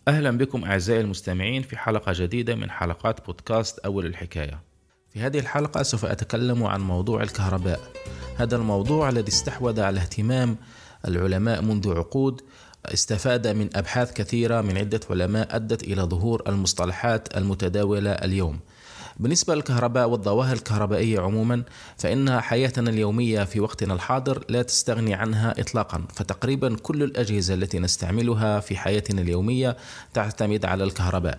أهلا بكم أعزائي المستمعين في حلقة جديدة من حلقات بودكاست أول الحكاية. في هذه الحلقة سوف أتكلم عن موضوع الكهرباء. هذا الموضوع الذي استحوذ على اهتمام العلماء منذ عقود، استفاد من أبحاث كثيرة من عدة علماء أدت إلى ظهور المصطلحات المتداولة اليوم. بالنسبة للكهرباء والظواهر الكهربائية عموما، فإنها حياتنا اليومية في وقتنا الحاضر لا تستغني عنها إطلاقا، فتقريبا كل الأجهزة التي نستعملها في حياتنا اليومية تعتمد على الكهرباء.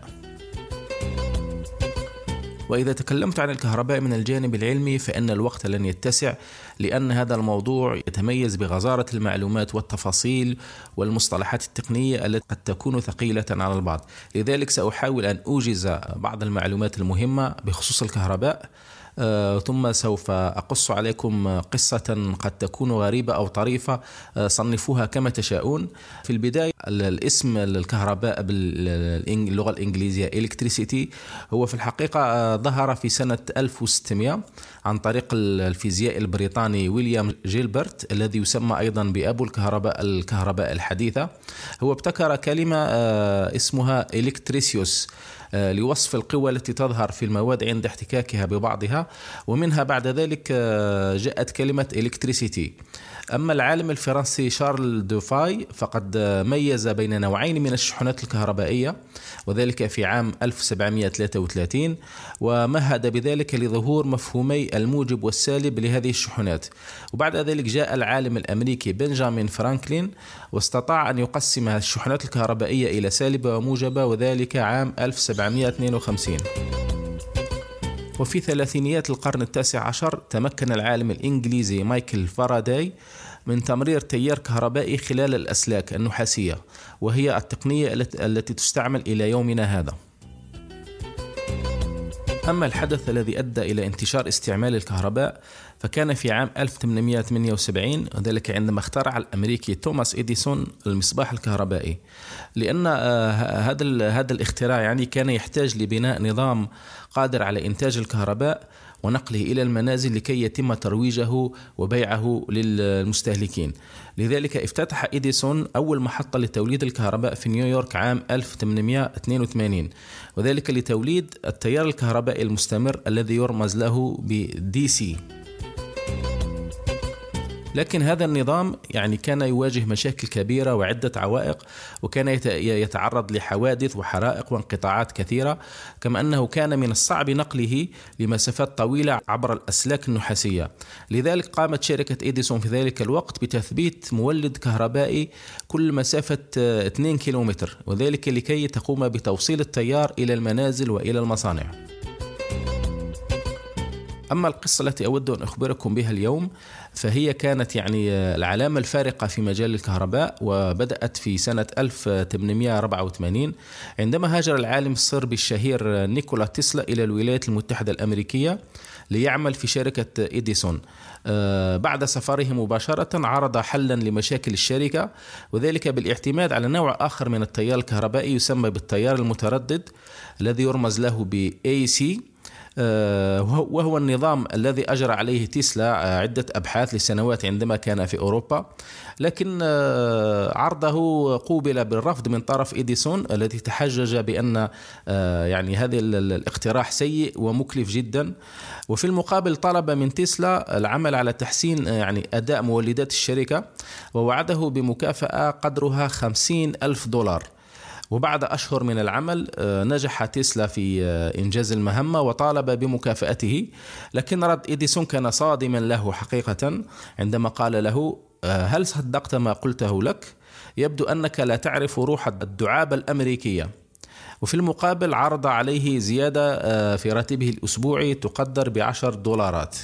وإذا تكلمت عن الكهرباء من الجانب العلمي فإن الوقت لن يتسع، لأن هذا الموضوع يتميز بغزارة المعلومات والتفاصيل والمصطلحات التقنية التي قد تكون ثقيلة على البعض. لذلك سأحاول أن أوجز بعض المعلومات المهمة بخصوص الكهرباء، ثم سوف أقص عليكم قصة قد تكون غريبة أو طريفة، صنفوها كما تشاءون. في البداية، الاسم الكهرباء باللغة الإنجليزية electricity هو في الحقيقة ظهر في سنة 1600 عن طريق الفيزيائي البريطاني ويليام جيلبرت، الذي يسمى أيضا بأبو الكهرباء الحديثة. هو ابتكر كلمة اسمها إلكتريسيوس لوصف القوى التي تظهر في المواد عند احتكاكها ببعضها، ومنها بعد ذلك جاءت كلمة إلكتريسيتي. أما العالم الفرنسي شارل دوفاي فقد ميز بين نوعين من الشحنات الكهربائية، وذلك في عام 1733، ومهد بذلك لظهور مفهومي الموجب والسالب لهذه الشحنات. وبعد ذلك جاء العالم الأمريكي بنجامين فرانكلين واستطاع أن يقسم الشحنات الكهربائية إلى سالبة وموجبة، وذلك عام 1752. وفي ثلاثينيات القرن التاسع عشر تمكن العالم الإنجليزي مايكل فاراداي من تمرير تيار كهربائي خلال الأسلاك النحاسية، وهي التقنية التي تستعمل إلى يومنا هذا. أما الحدث الذي أدى إلى انتشار استعمال الكهرباء فكان في عام 1878، وذلك عندما اخترع الأمريكي توماس إديسون المصباح الكهربائي. لأن هذا الاختراع كان يحتاج لبناء نظام قادر على إنتاج الكهرباء ونقله إلى المنازل لكي يتم ترويجه وبيعه للمستهلكين. لذلك افتتح إديسون أول محطة لتوليد الكهرباء في نيويورك عام 1882، وذلك لتوليد التيار الكهربائي المستمر الذي يرمز له بدي سي. لكن هذا النظام كان يواجه مشاكل كبيرة وعدة عوائق، وكان يتعرض لحوادث وحرائق وانقطاعات كثيرة، كما أنه كان من الصعب نقله لمسافات طويلة عبر الأسلاك النحاسية. لذلك قامت شركة إديسون في ذلك الوقت بتثبيت مولد كهربائي كل مسافة 2 كيلومتر، وذلك لكي تقوم بتوصيل التيار إلى المنازل وإلى المصانع. أما القصة التي أود أن أخبركم بها اليوم فهي كانت العلامة الفارقة في مجال الكهرباء، وبدأت في سنة 1884 عندما هاجر العالم الصربي الشهير نيكولا تسلا إلى الولايات المتحدة الأمريكية ليعمل في شركة إديسون. بعد سفره مباشرة عرض حلا لمشاكل الشركة، وذلك بالاعتماد على نوع آخر من التيار الكهربائي يسمى بالتيار المتردد، الذي يرمز له ب AC، وهو النظام الذي أجرى عليه تسلا عدة أبحاث لسنوات عندما كان في أوروبا. لكن عرضه قوبل بالرفض من طرف إديسون، الذي تحجج بأن هذا الاقتراح سيء ومكلف جدا. وفي المقابل طلب من تسلا العمل على تحسين أداء مولدات الشركة، ووعده بمكافأة قدرها $50,000. وبعد أشهر من العمل نجح تسلا في إنجاز المهمة وطالب بمكافأته، لكن رد إديسون كان صادما له حقيقة عندما قال له: هل صدقت ما قلته لك؟ يبدو أنك لا تعرف روح الدعابة الأمريكية. وفي المقابل عرض عليه زيادة في راتبه الأسبوعي تقدر $10.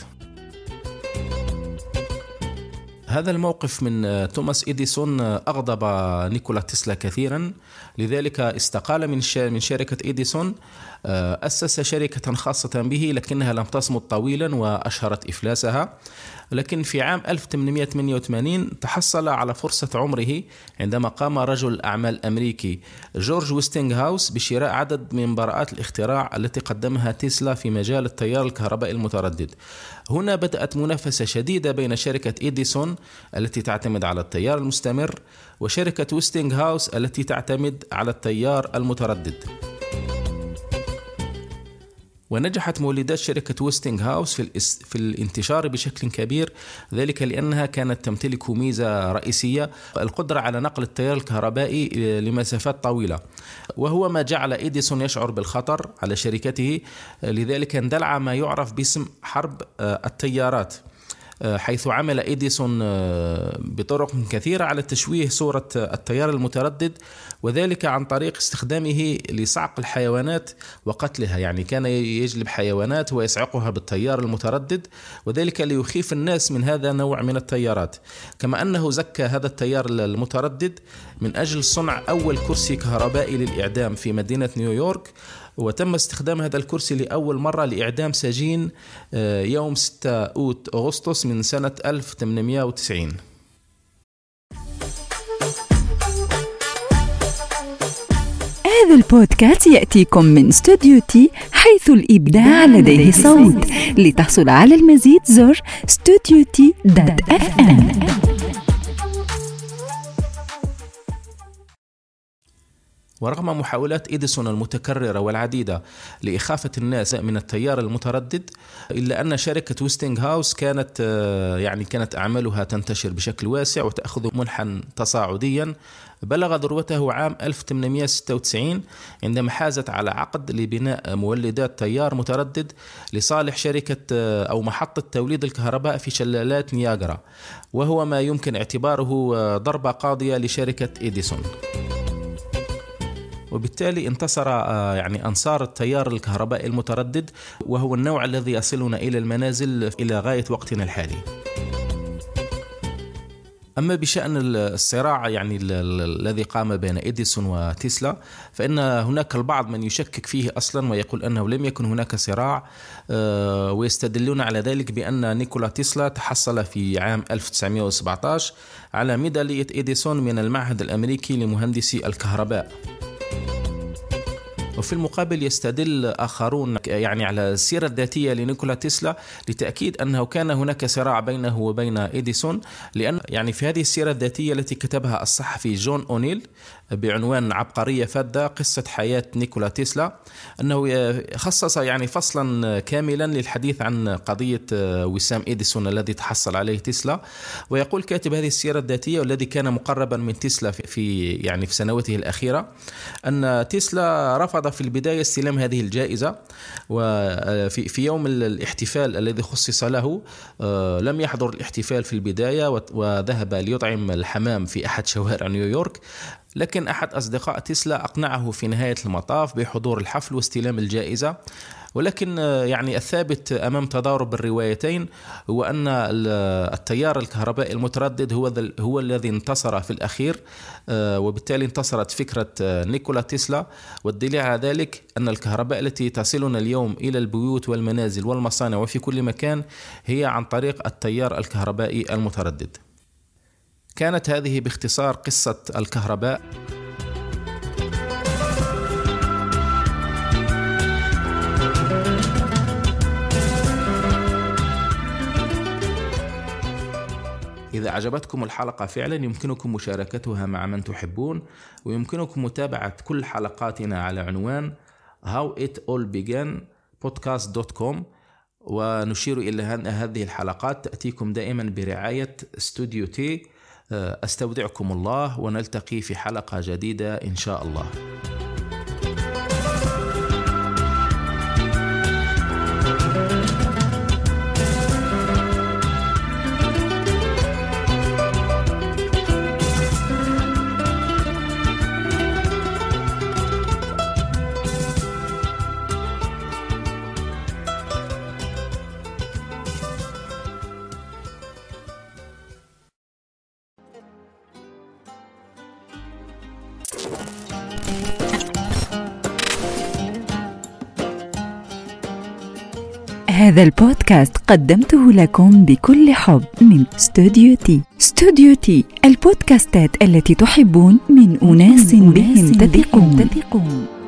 هذا الموقف من توماس إديسون أغضب نيكولا تسلا كثيرا، لذلك استقال من شركة إديسون، أسس شركة خاصة به، لكنها لم تصمد طويلا وأشهرت إفلاسها. لكن في عام 1888 تحصل على فرصة عمره عندما قام رجل أعمال أمريكي جورج ويستنغهاوس بشراء عدد من براءات الاختراع التي قدمها تسلا في مجال التيار الكهربائي المتردد. هنا بدأت منافسة شديدة بين شركة إديسون التي تعتمد على التيار المستمر، وشركة ويستنغ هاوس التي تعتمد على التيار المتردد. ونجحت مولدات شركة ويستنغ هاوس في الانتشار بشكل كبير، ذلك لأنها كانت تمتلك ميزة رئيسية، القدرة على نقل التيار الكهربائي لمسافات طويلة، وهو ما جعل إديسون يشعر بالخطر على شركته. لذلك اندلع ما يعرف باسم حرب التيارات، حيث عمل إديسون بطرق كثيرة على تشويه صورة التيار المتردد، وذلك عن طريق استخدامه لصعق الحيوانات وقتلها. يعني كان يجلب حيوانات ويصعقها بالتيار المتردد، وذلك ليخيف الناس من هذا النوع من التيارات. كما أنه زكى هذا التيار المتردد من أجل صنع أول كرسي كهربائي للإعدام في مدينة نيويورك، وتم استخدام هذا الكرسي لأول مرة لإعدام سجين يوم 6 أغسطس من سنة 1890. هذا البودكاست يأتيكم من استوديو تي، حيث الإبداع لديه صوت. لتحصل على المزيد زر studiot.fm. ورغم محاولات إديسون المتكررة والعديدة لإخافة الناس من التيار المتردد، إلا أن شركة ويستنغ هاوس كانت أعمالها تنتشر بشكل واسع وتأخذ منحا تصاعديا بلغ ذروته عام 1896 عندما حازت على عقد لبناء مولدات تيار متردد لصالح شركة أو محطة توليد الكهرباء في شلالات نياجرا، وهو ما يمكن اعتباره ضربة قاضية لشركة إديسون. وبالتالي انتصر أنصار التيار الكهربائي المتردد، وهو النوع الذي يصلنا إلى المنازل إلى غاية وقتنا الحالي. أما بشأن الصراع الذي قام بين إديسون وتسلا، فإن هناك البعض من يشكك فيه أصلا ويقول أنه لم يكن هناك صراع، ويستدلون على ذلك بأن نيكولا تسلا تحصل في عام 1917 على ميدالية إديسون من المعهد الأمريكي لمهندسي الكهرباء. وفي المقابل يستدل آخرون على السيرة الذاتية لنيكولا تسلا لتأكيد أنه كان هناك صراع بينه وبين إديسون، لأن في هذه السيرة الذاتية التي كتبها الصحفي جون أونيل بعنوان عبقرية فذة قصة حياة نيكولا تسلا، أنه خصص فصلا كاملا للحديث عن قضية وسام إديسون الذي تحصل عليه تسلا. ويقول كاتب هذه السيرة الذاتية والذي كان مقربا من تسلا في سنواته الأخيرة أن تسلا رفض في البداية استلام هذه الجائزة، وفي يوم الاحتفال الذي خصص له لم يحضر الاحتفال في البداية، وذهب ليطعم الحمام في أحد شوارع نيويورك. لكن أحد أصدقاء تسلا أقنعه في نهاية المطاف بحضور الحفل واستلام الجائزة. ولكن الثابت أمام تضارب الروايتين هو أن التيار الكهربائي المتردد هو الذي انتصر في الأخير، وبالتالي انتصرت فكرة نيكولا تسلا. والدليل على ذلك أن الكهرباء التي تصلنا اليوم إلى البيوت والمنازل والمصانع وفي كل مكان هي عن طريق التيار الكهربائي المتردد. كانت هذه باختصار قصة الكهرباء. إذا أعجبتكم الحلقة فعلا يمكنكم مشاركتها مع من تحبون، ويمكنكم متابعة كل حلقاتنا على عنوان howitallbegan.podcast.com. ونشير إلى أن هذه الحلقات تأتيكم دائما برعاية استوديو تي. أستودعكم الله، ونلتقي في حلقة جديدة إن شاء الله. هذا البودكاست قدمته لكم بكل حب من استوديو تي. استوديو تي، البودكاستات التي تحبون من أناس بهم تثقون.